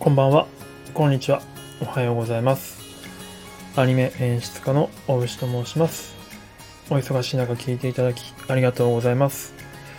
こんばんは、こんにちは、おはようございます。アニメ演出家の大牛と申します。お忙しい中聞いていただきありがとうございます。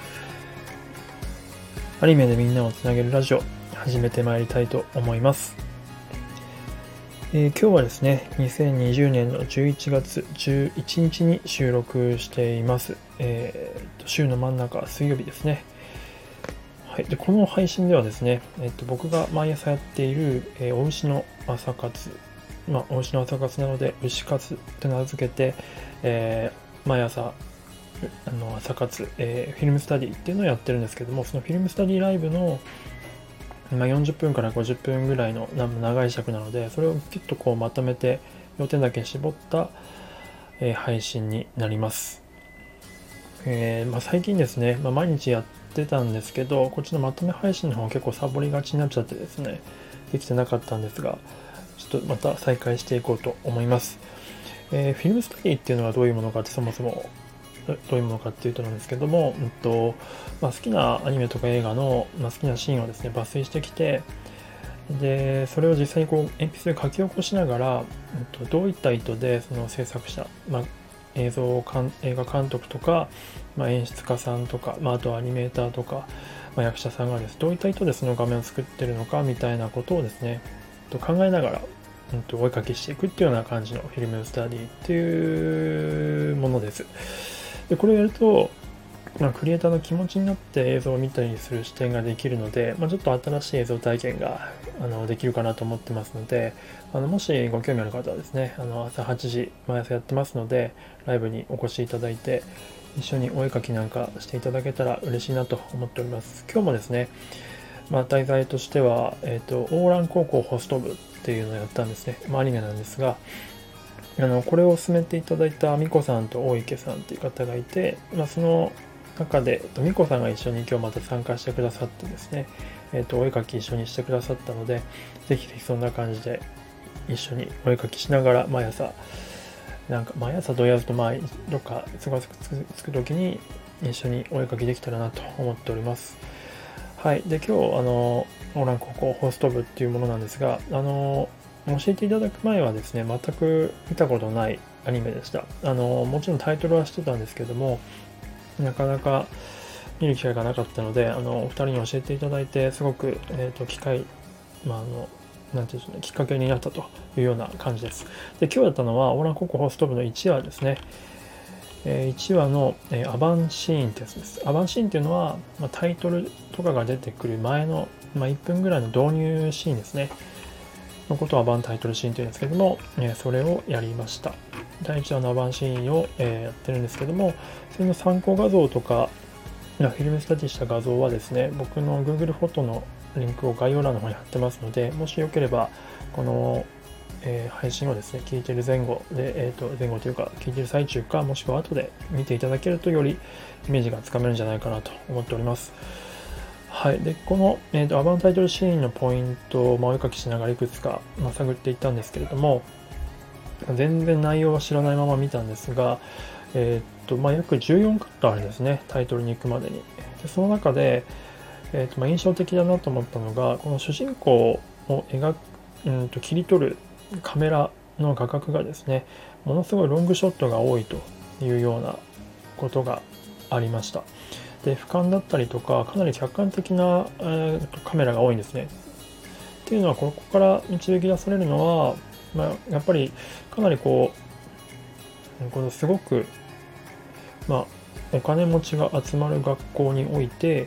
アニメでみんなをつなげるラジオ、始めてまいりたいと思います。今日はですね、2020年の11月11日に収録しています。週の真ん中、水曜日ですね。はい、でこの配信ではですね、僕が毎朝やっている、お牛の朝活、お牛の朝活なので牛活と名付けて、毎朝朝活、フィルムスタディっていうのをやってるんですけども、そのフィルムスタディライブの、40分から50分ぐらいの長い尺なので、それをきっとまとめて要点だけ絞った、配信になります。最近ですね、毎日やってたんですけど、こっちのまとめ配信の方結構サボりがちになっちゃってですね、できてなかったんですが、ちょっとまた再開していこうと思います。フィルムスタディっていうのはどういうものかって、そもそもどういうものかっていうとなんですけども、好きなアニメとか映画の、好きなシーンをですね抜粋してきて、でそれを実際に鉛筆で書き起こしながら、どういった意図でその制作者、映画監督とか、演出家さんとか、あとはアニメーターとか、役者さんがです、どういった意図でその画面を作ってるのかみたいなことをですね考えながら、お絵かきしていくっていうような感じのフィルムスタディっていうものです。でこれをやると、クリエイターの気持ちになって映像を見たりする視点ができるので、ちょっと新しい映像体験ができるかなと思ってますので、もしご興味ある方はですね、朝8時毎朝やってますので、ライブにお越しいただいて一緒にお絵かきなんかしていただけたら嬉しいなと思っております。今日もですね、題材としては、オーラン高校ホスト部っていうのをやったんですね。アニメなんですが、これを進めていただいたみこさんと大池さんっていう方がいて、その中でみこさんが一緒に今日また参加してくださってですね、お絵かき一緒にしてくださったので、ぜひぜひそんな感じで一緒にお絵かきしながら毎朝どうやるとどっかつく時に一緒にお絵かきできたらなと思っております。はい。で今日オーラン高校ホスト部っていうものなんですが、教えていただく前はですね全く見たことないアニメでした。もちろんタイトルは知ってたんですけども、なかなか見る機会がなかったので、お二人に教えていただいて、すごく、機会、なんていうんでしょうね、きっかけになったというような感じです。で、今日やったのは、オーラン高校ホスト部の1話ですね。1話の、アバンシーンってやつです。アバンシーンっていうのは、タイトルとかが出てくる前の、1分ぐらいの導入シーンですね。のことをアバンタイトルシーンというんですけども、それをやりました。第1話のアバンシーンを、やってるんですけども、それの参考画像とか、フィルムスタディした画像はですね、僕の Google フォトのリンクを概要欄の方に貼ってますので、もしよければ、この、配信をですね、聞いている前後で、前後というか、聞いている最中か、もしくは後で見ていただけると、よりイメージがつかめるんじゃないかなと思っております。はい。で、この、アバンタイトルシーンのポイントをお絵かきしながらいくつか、探っていったんですけれども、全然内容は知らないまま見たんですが、約14カットあるんですね、タイトルに行くまでに。でその中で、印象的だなと思ったのが、この主人公を切り取るカメラの画角がですね、ものすごいロングショットが多いというようなことがありました。で、俯瞰だったりとか、かなり客観的な、カメラが多いんですね。っていうのは、ここから導き出されるのは、やっぱりかなりこのすごく、お金持ちが集まる学校において、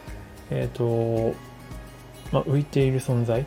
浮いている存在、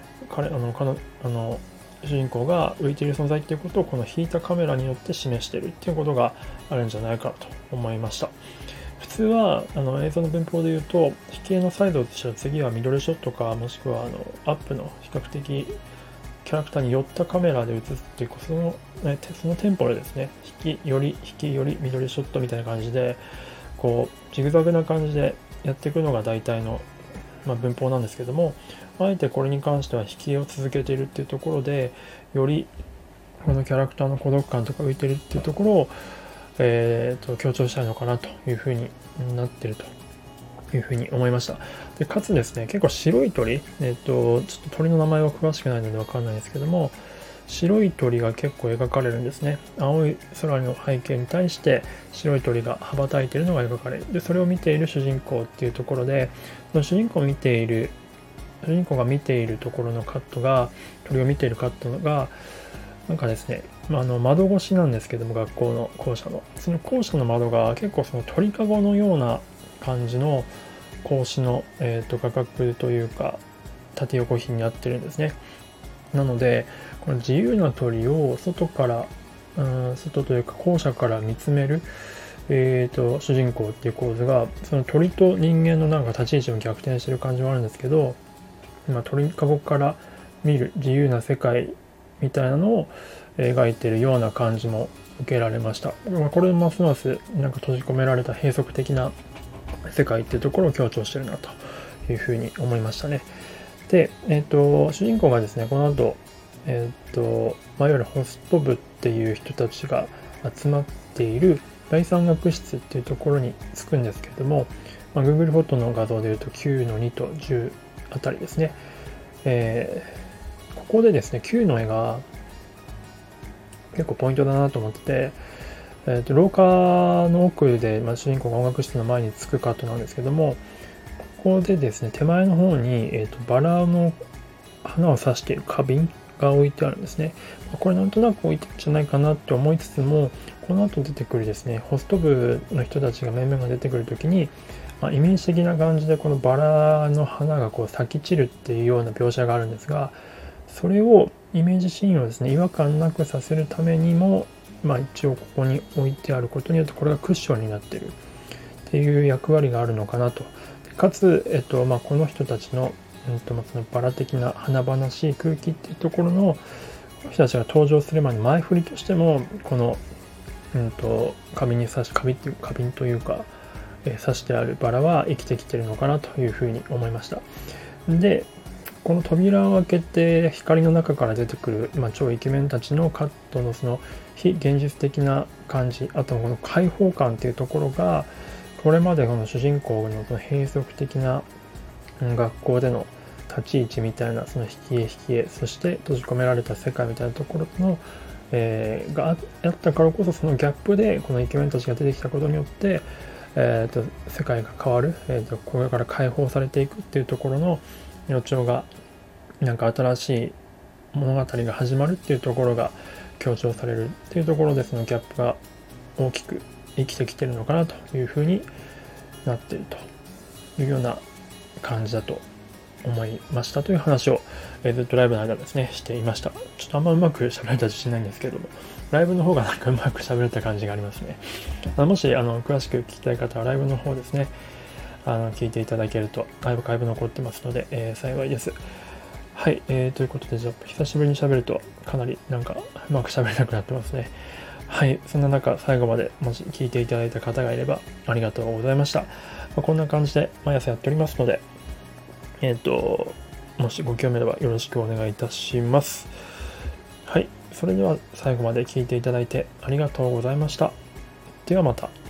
主人公が浮いている存在っていうことをこの引いたカメラによって示しているっていうことがあるんじゃないかと思いました。普通は映像の文法で言うと、引き絵のサイドとしては次はミドルショットか、もしくはアップの比較的キャラクターに寄ったカメラで映すっていう、そのテンポでですね、引き寄りミドルショットみたいな感じで、ジグザグな感じでやっていくのが大体の、文法なんですけども、あえてこれに関しては引き絵を続けているっていうところで、よりこのキャラクターの孤独感とか浮いてるっていうところを、強調したいのかなというふうになっているというふうに思いました。でかつですね、結構白い鳥、ちょっと鳥の名前は詳しくないのでわかんないですけども、白い鳥が結構描かれるんですね。青い空の背景に対して白い鳥が羽ばたいているのが描かれる。で、それを見ている主人公っていうところで、その主人公が見ているところのカットが、鳥を見ているカットが、なんかですね、窓越しなんですけども、学校の校舎の。その校舎の窓が結構その鳥かごのような感じの格子の、画角というか、縦横比になってるんですね。なので、この自由な鳥を外というか校舎から見つめる、主人公っていう構図が、その鳥と人間のなんか立ち位置を逆転してる感じもあるんですけど、鳥かごから見る自由な世界みたいなのを描いているような感じも受けられました。これますますなんか閉じ込められた閉塞的な世界っていうところを強調してるなというふうに思いましたね。で、主人公がですね、この後、いわゆるホスト部っていう人たちが集まっている第三学室っていうところに着くんですけれども、Google フォトの画像でいうと9の2と10あたりですね。ここでですね、9の絵が結構ポイントだなと思ってて、廊下の奥で、主人公が音楽室の前に着くカットなんですけども、ここでですね、手前の方に、バラの花を挿している花瓶が置いてあるんですね。これなんとなく置いてるんじゃないかなって思いつつも、この後出てくるですね、ホスト部の人たちが面々が出てくるときに、イメージ的な感じでこのバラの花がこう咲き散るっていうような描写があるんですが、それをイメージシーンをですね、違和感なくさせるためにも、一応ここに置いてあることによって、これがクッションになっているっていう役割があるのかなと。かつ、この人たちの、そのバラ的な華々しい空気っていうところの人たちが登場する前に前振りとしても、この、花瓶というか、刺してあるバラは生きてきてるのかなというふうに思いました。で、この扉を開けて光の中から出てくる、超イケメンたちのカットのその非現実的な感じ、あとこの開放感っていうところが、これまでこの主人公のその閉塞的な学校での立ち位置みたいな、その引き絵、そして閉じ込められた世界みたいなところの、があったからこそ、そのギャップでこのイケメンたちが出てきたことによって、世界が変わる、これから解放されていくっていうところの予兆が、なんか新しい物語が始まるっていうところが強調されるっていうところで、そのギャップが大きく生きてきてるのかなというふうになっているというような感じだと思いましたという話を、ずっとライブの間ですねしていました。ちょっとあんまうまく喋れた自信ないんですけども、ライブの方がなんかうまく喋れた感じがありますね。もし詳しく聞きたい方はライブの方ですね、聞いていただけるとアーカイブ残ってますので、幸いです。はい、ということで、じゃあ久しぶりに喋るとかなりなんかうまく喋れなくなってますね。はい、そんな中最後までもし聞いていただいた方がいればありがとうございました。こんな感じで毎朝やっておりますので、もしご興味あればよろしくお願いいたします。はい、それでは最後まで聞いていただいてありがとうございました。ではまた。